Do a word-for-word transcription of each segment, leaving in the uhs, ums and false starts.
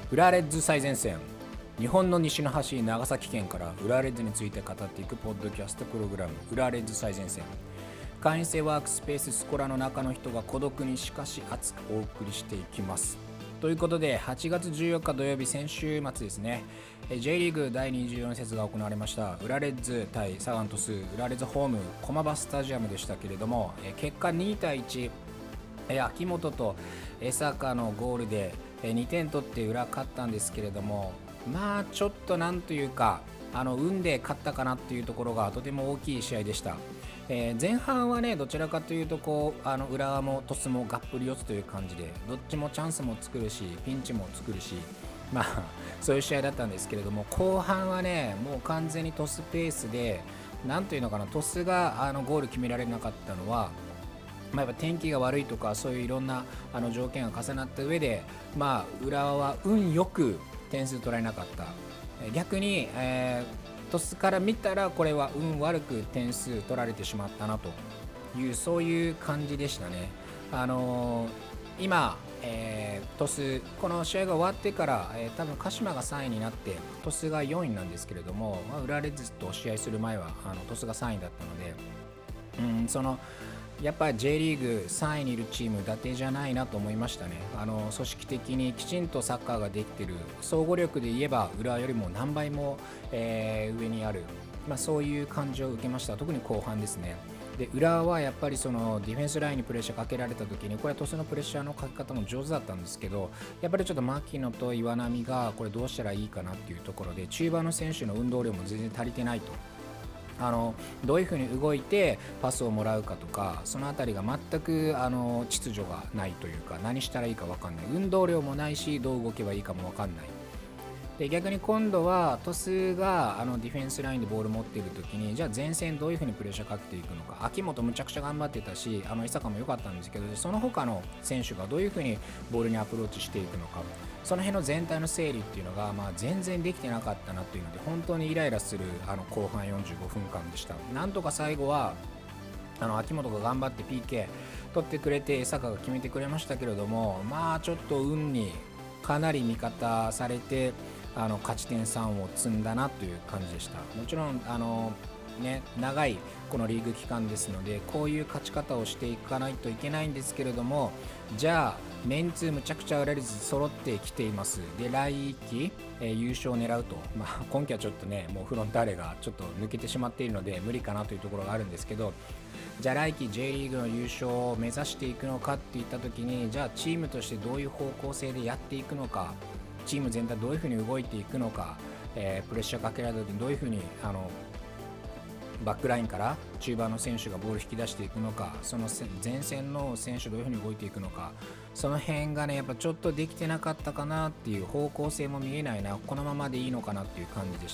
浦和レッズ最前線、日本の西の端長崎県から浦和レッズについて語っていくポッドキャストプログラム、浦和レッズ最前線。会員制ワークスペーススコラの中の人が孤独にしかし熱くお送りしていきます。ということで、はちがつじゅうよっか土曜日、先週末ですね、 J リーグだいにじゅうよん節が行われました。浦和レッズ対サガン鳥栖、浦和レッズホーム駒場スタジアムでしたけれども、結果にたいいち、秋元と江坂のゴールでにてん取って浦和勝ったんですけれども、まあちょっとなんというか、あの運で勝ったかなっていうところがとても大きい試合でした。えー、前半はね、どちらかというとこうあの浦和も鳥栖もがっぷり四つという感じで、どっちもチャンスも作るしピンチも作るし、まあそういう試合だったんですけれども、後半はね、もう完全に鳥栖ペースで、なんというのかな、鳥栖があのゴール決められなかったのは、まあ、やっぱ天気が悪いとか、そういういろんなあの条件が重なった上で、まあ、浦和は運よく点数取られなかった。逆に、えー、鳥栖から見たらこれは運悪く点数取られてしまったなという、そういう感じでしたね。あのー、今、えー、鳥栖この試合が終わってから、えー、多分鹿島がさんいになって鳥栖がよんいなんですけれども、まあ、浦和レッズと試合する前はあの鳥栖がさんいだったので、うん、そのやっぱり J リーグさんいにいるチーム伊達じゃないなと思いましたね。あの組織的にきちんとサッカーができている、総合力で言えば浦和よりも何倍も、えー、上にある、まあ、そういう感じを受けました。特に後半ですね。で浦和はやっぱりそのディフェンスラインにプレッシャーかけられた時に、これは鳥栖のプレッシャーのかけ方も上手だったんですけど、やっぱりちょっと牧野と岩波がこれどうしたらいいかなっていうところで、中盤の選手の運動量も全然足りてないと。あのどういうふうに動いてパスをもらうかとか、そのあたりが全くあの秩序がないというか、何したらいいか分かんない、運動量もないし、どう動けばいいかも分かんない。で逆に今度は鳥栖があのディフェンスラインでボール持っているときに、じゃあ前線どういうふうにプレッシャーかけていくのか。秋元むちゃくちゃ頑張ってたし、あの伊坂も良かったんですけど、その他の選手がどういうふうにボールにアプローチしていくのか、その辺の全体の整理っていうのが、まあ、全然できてなかったなっていうので、本当にイライラするあの後半よんじゅうごふんかんでした。なんとか最後はあの秋元が頑張って ピーケー 取ってくれて、江坂が決めてくれましたけれども、まあちょっと運にかなり味方されて、あの勝ち点さんを積んだなという感じでした。もちろんあの、ね、長いこのリーグ期間ですので、こういう勝ち方をしていかないといけないんですけれども、じゃあメンツむちゃくちゃ浦和レッズ揃ってきています。で来季、えー、優勝を狙うと、まあ、今季はちょっとね、もうフロンターレがちょっと抜けてしまっているので無理かなというところがあるんですけど、じゃあ来季 J リーグの優勝を目指していくのかっていった時に、じゃあチームとしてどういう方向性でやっていくのか、チーム全体どういうふうに動いていくのか、えー、プレッシャーかけられた時にどういうふうにあのバックラインから中盤の選手がボール引き出していくのか、その前線の選手どういうふうに動いていくのか、その辺がね、やっぱちょっとできてなかったかなっていう、方向性も見えないな、このままでいいのかなっていう感じでした。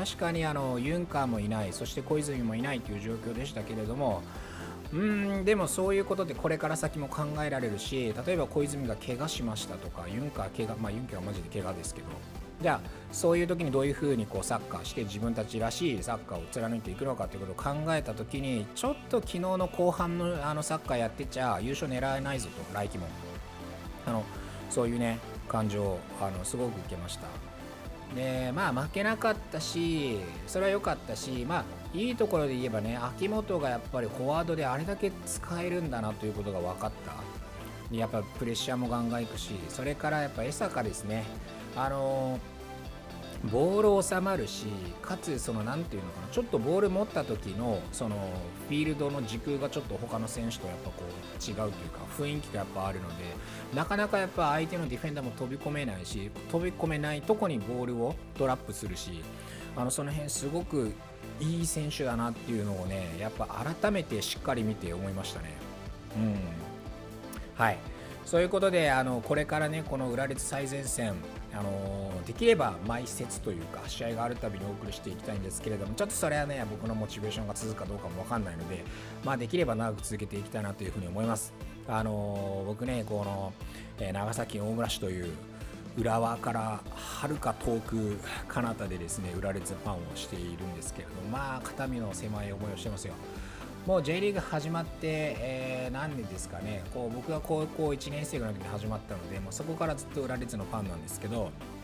確かにあのユンカーもいない、そして小泉もいないという状況でしたけれども、うーんでもそういうことでこれから先も考えられるし、例えば小泉が怪我しましたとか、ユンカー怪我、まあユンカーはマジで怪我ですけど、じゃあそういう時にどういう風にこうサッカーして自分たちらしいサッカーを貫いていくのかということを考えた時に、ちょっと昨日の後半のあのサッカーやってちゃ優勝狙えないぞと、来季もあのそういうね感情をあのすごく受けました。でまあ負けなかったし、それは良かったし、まあいいところで言えばね、秋元がやっぱりフォワードであれだけ使えるんだなということが分かった。でやっぱプレッシャーもガンガンいくし、それからやっぱ江坂ですね、あのーボール収まるし、かつそのなんていうのかな、ちょっとボール持った時のそのフィールドの時空がちょっと他の選手とやっぱこう違うというか、雰囲気がやっぱあるので、なかなかやっぱ相手のディフェンダーも飛び込めないし、飛び込めないとこにボールをトラップするし、あのその辺すごくいい選手だなっていうのをね、やっぱ改めてしっかり見て思いましたね。うん、はい。そういうことで、あのこれからね、この浦和レッズ最前線、あのできれば毎節というか試合があるたびにお送りしていきたいんですけれども、ちょっとそれはね、僕のモチベーションが続くかどうかも分かんないので、まあ、できれば長く続けていきたいなというふうに思います。あの僕ね、この、えー、長崎大村市という浦和からはるか遠く彼方でですね、浦和レッズファンをしているんですけれども、まあ肩身の狭い思いをしてますよ。もう J リーグ始まって、えー、何年ですかね、こう僕が高校いちねん生ぐらいの時に始まったので、もうそこからずっと浦和レッズのファンなんですけど、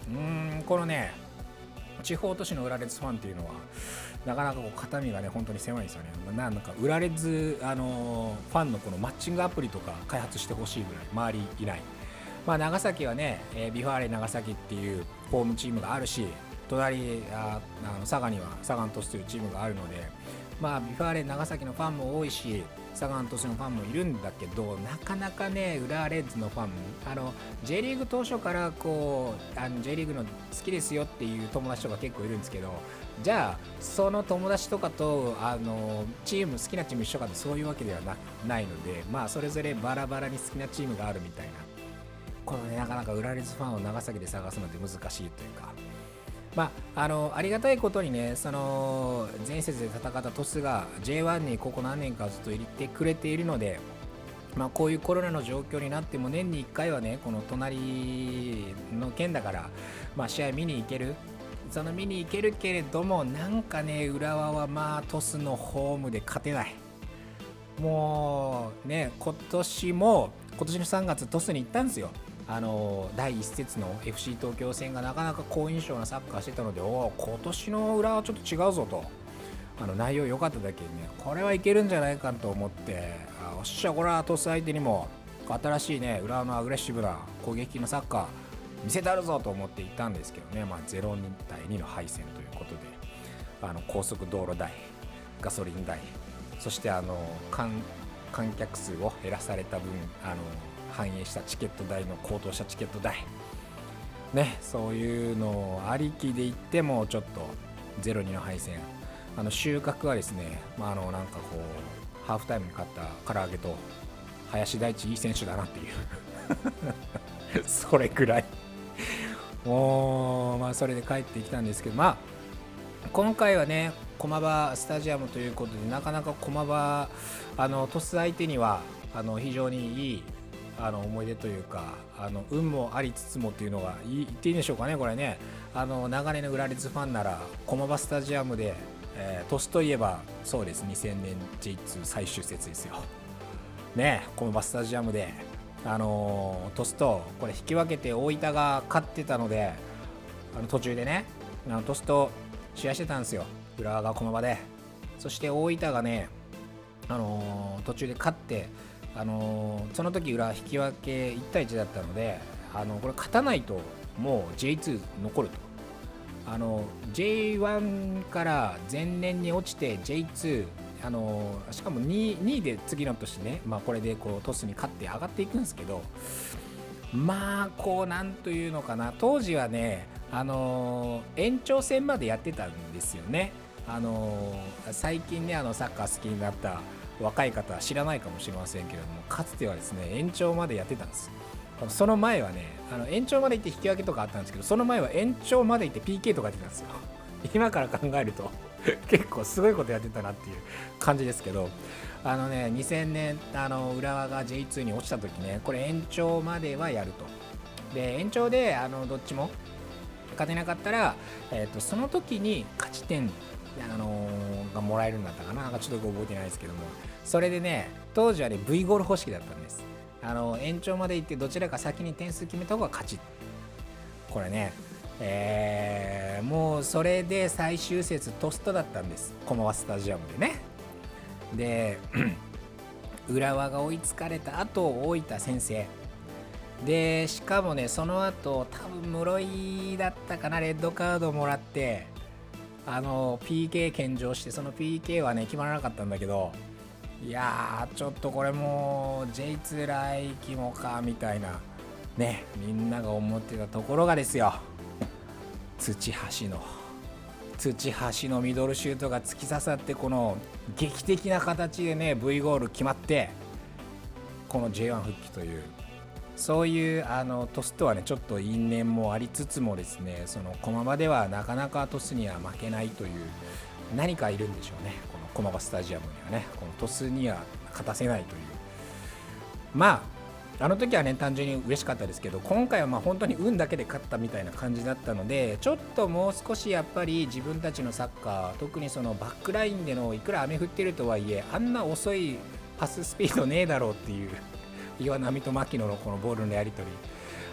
うーんこのね地方都市の浦レッズファンっていうのはなかなかこう肩身がね本当に狭いんですよね。なんか浦レッズ、あのー、ファンのこのマッチングアプリとか開発してほしいぐらい周りいない。まあ長崎はね、えー、ビファーレ長崎っていうホームチームがあるし、隣ああの佐賀にはサガン鳥栖というチームがあるので、まあビファーレ長崎のファンも多いしサガン鳥栖のファンもいるんだけど、なかなかね浦レッズのファン、あの J リーグ当初からこうあの J リーグの好きですよっていう友達とか結構いるんですけど、じゃあその友達とかとあのチーム好きなチーム一緒かってそういうわけでは な, ないので、まあそれぞれバラバラに好きなチームがあるみたいな、このねなかなか浦レッズファンを長崎で探すのって難しいというか、まあ、あのありがたいことにね、その前節で戦った鳥栖が ジェイワン にここ何年かずっと入れてくれているので、まあ、こういうコロナの状況になっても年にいっかいはねこの隣の県だから、まあ、試合見に行ける、その見に行けるけれども、なんかね浦和はまあ鳥栖のホームで勝てない。もうね今年も今年のさんがつ鳥栖に行ったんですよ。あのだいいっ節の エフシー 東京戦がなかなか好印象なサッカーしてたので、お今年の浦和はちょっと違うぞと、あの内容良かっただけにねこれはいけるんじゃないかと思って、あおっしゃこれは鳥栖相手にも新しいね浦和のアグレッシブな攻撃のサッカー見せてあるぞと思っていたんですけどね、まあ、ゼロたいにの敗戦ということで、あの高速道路代、ガソリン代、そしてあの 観, 観客数を減らされた分あの反映したチケット代の高騰したチケット代ね、そういうのありきで言ってもちょっと ゼロたいに の敗戦、あの収穫はですね、まあ、あのなんかこうハーフタイムに勝った唐揚げと林大地いい選手だなっていうそれくらいもうまあそれで帰ってきたんですけど、まあ今回はね駒場スタジアムということで、なかなか駒場あの鳥栖相手にはあの非常にいいあの思い出というか、あの運もありつつもっていうのが言っていいんでしょうかね。これねあの長年の浦レッズファンなら駒場スタジアムで、えー、鳥栖といえばそうです、にせんねん ジェイツー 最終節ですよね。駒場スタジアムであの鳥栖とこれ引き分けて大分が勝ってたので、あの途中でねあの鳥栖と試合してたんですよ、浦和が駒場で。そして大分がねあのー、途中で勝って、あのー、その時浦和引き分けいちたいいちだったので、あのこれ勝たないともう ジェイツー 残ると、あの ジェイワン から前年に落ちて ジェイツー、あのー、しかも 2, 2位で次の年ね、まあ、これでこう鳥栖に勝って上がっていくんですけど、まあこうなんというのかな、当時はねあのー、延長戦までやってたんですよね。あのー、最近ねあのサッカー好きになった若い方は知らないかもしれませんけれども、かつてはですね延長までやってたんです。その前はねあの延長まで行って引き分けとかあったんですけど、その前は延長まで行って ピーケー とかやってたんですよ今から考えると結構すごいことやってたなっていう感じですけど、あのねにせんねんあの浦和が ジェイツー に落ちた時ね、これ延長まではやると。で延長であのどっちも勝てなかったら、えー、とその時に勝ち点、あのー、がもらえるんだったかな、なんかちょっと覚えてないですけども、それでね当時はね V ゴール方式だったんです。あの延長まで行ってどちらか先に点数決めた方が勝ち。これね、えー、もうそれで最終節トストだったんです、駒場スタジアムでね。で浦和が追いつかれた後大分先制で、しかもねその後多分室井だったかな、レッドカードもらってあの ピーケー 献上して、その ピーケー はね決まらなかったんだけど、いやーちょっとこれもう ジェイツー 来季もかみたいなね、みんなが思ってたところがですよ、土橋の土橋のミドルシュートが突き刺さって、この劇的な形でね V ゴール決まって、この ジェイワン 復帰という、そういうあの鳥栖とはねちょっと因縁もありつつもですね、その駒場ではなかなか鳥栖には負けないという何かいるんでしょうね、この駒場スタジアムにはね、この鳥栖には勝たせないという。まああの時はね単純に嬉しかったですけど、今回はまあ本当に運だけで勝ったみたいな感じだったので、ちょっともう少しやっぱり自分たちのサッカー、特にそのバックラインでのいくら雨降ってるとはいえあんな遅いパススピードねえだろうっていう岩波と牧野のこのボールのやり取り、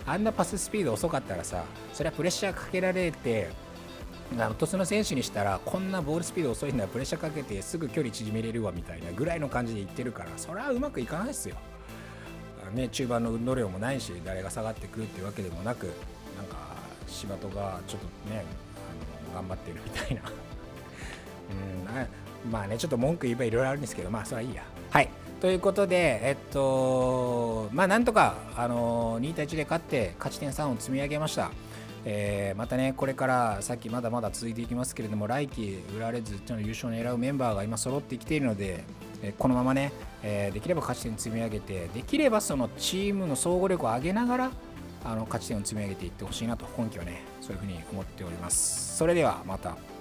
あんなパススピード遅かったらさ、それはプレッシャーかけられて、あの鳥栖の選手にしたらこんなボールスピード遅いんだ、プレッシャーかけてすぐ距離縮めれるわみたいなぐらいの感じで言ってるから、それはうまくいかないですよ。ね、中盤の運動量もないし、誰が下がってくるっていうわけでもなく、なんか柴戸がちょっとね、あの頑張ってるみたいなうんあまあね、ちょっと文句言えばいろいろあるんですけど、まあそれはいいや。はい、ということで、えっとまあなんとか、あのにたいいちで勝って勝ち点さんを積み上げました。えー、またね、これからさっきまだまだ続いていきますけれども、来季浦和レッズの優勝を狙うメンバーが今揃ってきているので、えー、このままね、えー、できれば勝ち点積み上げて、できればそのチームの総合力を上げながらあの勝ち点を積み上げていってほしいなと、今季はねそういうふうに思っております。それではまた。